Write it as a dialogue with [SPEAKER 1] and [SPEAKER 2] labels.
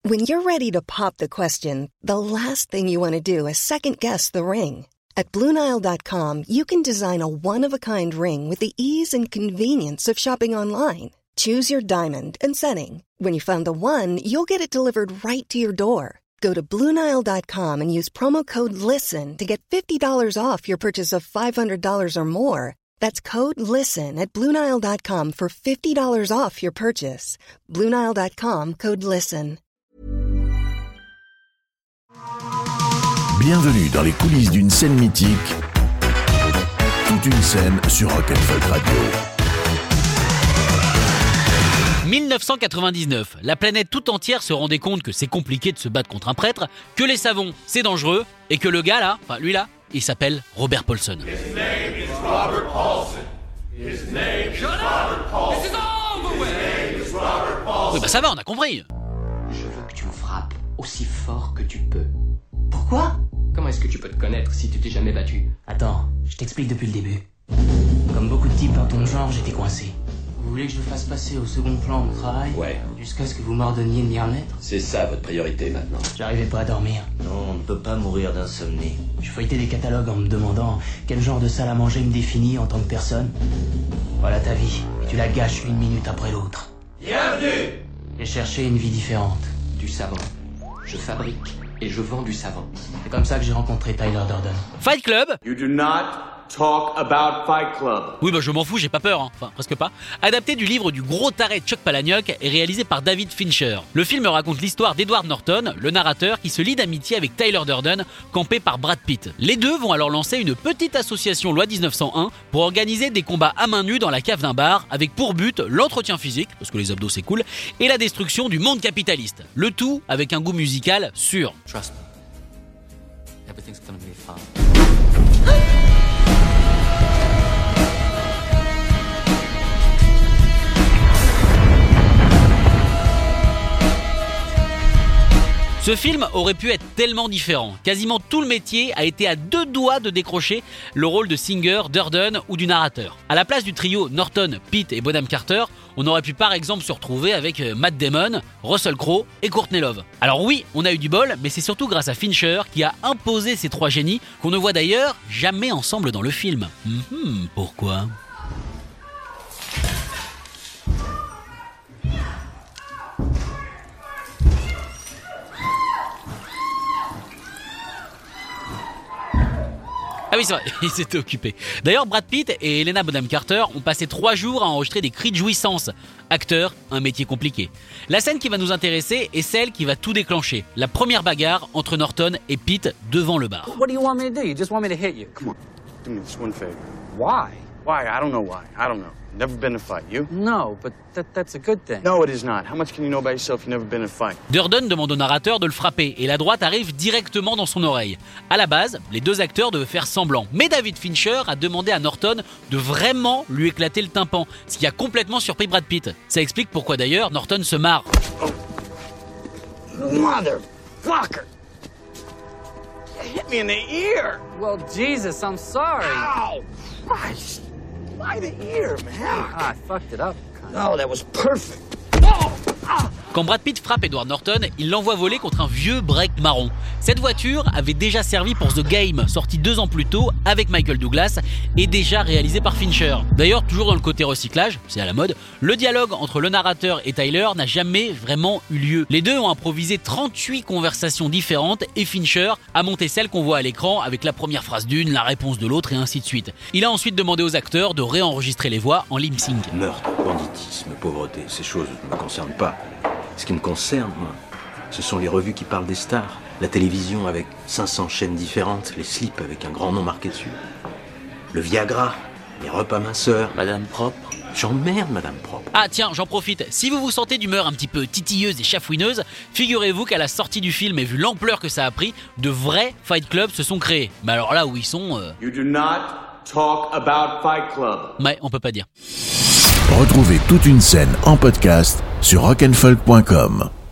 [SPEAKER 1] When you're ready to pop the question, the last thing you want to do is second-guess the ring. At BlueNile.com, you can design a one-of-a-kind ring with the ease and convenience of shopping online. Choose your diamond and setting. When you find the one, you'll get it delivered right to your door. Go to BlueNile.com and use promo code LISTEN to get $50 off your purchase of $500 or more. That's code LISTEN at BlueNile.com for $50 off your purchase. BlueNile.com, code LISTEN.
[SPEAKER 2] Bienvenue dans les coulisses d'une scène mythique. Toute une scène sur Rock & Folk Radio.
[SPEAKER 3] 1999, la planète tout entière se rendait compte que c'est compliqué de se battre contre un prêtre, que les savons, c'est dangereux, et que le gars là, enfin lui là, il s'appelle Robert Paulson.
[SPEAKER 4] His name is Robert Paulson. His name is Robert Paulson. This is over with. His name is Robert Paulson.
[SPEAKER 3] Oui bah ça va, on a compris.
[SPEAKER 5] Je veux que tu me frappes aussi fort que tu peux. Pourquoi ? Comment est-ce que tu peux te connaître si tu t'es jamais battu ?
[SPEAKER 6] Attends, je t'explique depuis le début. Comme beaucoup de types dans ton genre, j'étais coincé. Vous voulez que je le fasse passer au second plan mon travail ?
[SPEAKER 7] Ouais.
[SPEAKER 6] Jusqu'à ce que vous m'ordonniez de m'y remettre ?
[SPEAKER 7] C'est ça votre priorité maintenant.
[SPEAKER 6] J'arrivais pas à dormir.
[SPEAKER 8] Non, on ne peut pas mourir d'insomnie.
[SPEAKER 6] Je feuilletais des catalogues en me demandant quel genre de salle à manger me définit en tant que personne. Voilà ta vie, et tu la gâches une minute après l'autre.
[SPEAKER 4] Bienvenue.
[SPEAKER 6] J'ai cherché une vie différente.
[SPEAKER 5] Du savon. Je fabrique et je vends du savon.
[SPEAKER 6] C'est comme ça que j'ai rencontré Tyler Durden.
[SPEAKER 3] Fight Club.
[SPEAKER 9] You do not talk about Fight Club.
[SPEAKER 3] Oui bah je m'en fous, j'ai pas peur, hein. Enfin presque pas. Adapté du livre du gros taré Chuck Palahniuk et réalisé par David Fincher. Le film raconte l'histoire d'Edward Norton, le narrateur, qui se lie d'amitié avec Tyler Durden, campé par Brad Pitt. Les deux vont alors lancer une petite association loi 1901 pour organiser des combats à main nue dans la cave d'un bar, avec pour but l'entretien physique, parce que les abdos c'est cool, et la destruction du monde capitaliste. Le tout avec un goût musical sûr.
[SPEAKER 5] Trust me. Everything's gonna be fine.
[SPEAKER 3] Ce film aurait pu être tellement différent. Quasiment tout le métier a été à deux doigts de décrocher le rôle de Singer, Durden ou du narrateur. À la place du trio Norton, Pitt et Bonham Carter, on aurait pu par exemple se retrouver avec Matt Damon, Russell Crowe et Courtney Love. Alors oui, on a eu du bol, mais c'est surtout grâce à Fincher qui a imposé ces trois génies qu'on ne voit d'ailleurs jamais ensemble dans le film. Pourquoi ? Ah oui, c'est vrai, ils s'étaient occupés. D'ailleurs, Brad Pitt et Helena Bonham Carter ont passé 3 jours à enregistrer des cris de jouissance. Acteur, un métier compliqué. La scène qui va nous intéresser est celle qui va tout déclencher. La première bagarre entre Norton et Pitt devant le bar.
[SPEAKER 10] What do you want me to do? You just want me to hit you?
[SPEAKER 9] Come on, do me this one favor.
[SPEAKER 10] Why?
[SPEAKER 9] Why? I don't know why. I don't know. Never been in a fight. You?
[SPEAKER 10] No, but that's a good thing.
[SPEAKER 9] No, it is not. How much can you know about yourself? You've never been in a fight.
[SPEAKER 3] Durden demande au narrateur de le frapper et la droite arrive directement dans son oreille. À la base, les deux acteurs devaient faire semblant, mais David Fincher a demandé à Norton de vraiment lui éclater le tympan, ce qui a complètement surpris Brad Pitt. Ça explique pourquoi d'ailleurs Norton se marre.
[SPEAKER 9] Oh. Motherfucker! You hit me in the ear!
[SPEAKER 10] Well, Jesus, I'm sorry.
[SPEAKER 9] Ow! Christ! Why the ear, man?
[SPEAKER 10] I fucked it up.
[SPEAKER 9] No, that was perfect. Oh! Ah!
[SPEAKER 3] Quand Brad Pitt frappe Edward Norton, il l'envoie voler contre un vieux break marron. Cette voiture avait déjà servi pour The Game, sorti 2 ans plus tôt avec Michael Douglas et déjà réalisé par Fincher. D'ailleurs, toujours dans le côté recyclage, c'est à la mode, le dialogue entre le narrateur et Tyler n'a jamais vraiment eu lieu. Les deux ont improvisé 38 conversations différentes et Fincher a monté celle qu'on voit à l'écran avec la première phrase d'une, la réponse de l'autre et ainsi de suite. Il a ensuite demandé aux acteurs de réenregistrer les voix en lip sync.
[SPEAKER 8] Meurtre, banditisme, pauvreté, ces choses ne me concernent pas. Ce qui me concerne, moi, ce sont les revues qui parlent des stars, la télévision avec 500 chaînes différentes, les slips avec un grand nom marqué dessus, le Viagra, les repas minceurs, Madame Propre. J'emmerde Madame Propre.
[SPEAKER 3] Ah tiens, j'en profite. Si vous vous sentez d'humeur un petit peu titilleuse et chafouineuse, figurez-vous qu'à la sortie du film et vu l'ampleur que ça a pris, de vrais Fight Club se sont créés. Mais alors là où ils sont...
[SPEAKER 9] You do not talk about Fight Club.
[SPEAKER 3] Ouais, on peut pas dire.
[SPEAKER 2] Retrouvez toute une scène en podcast sur rockandfolk.com.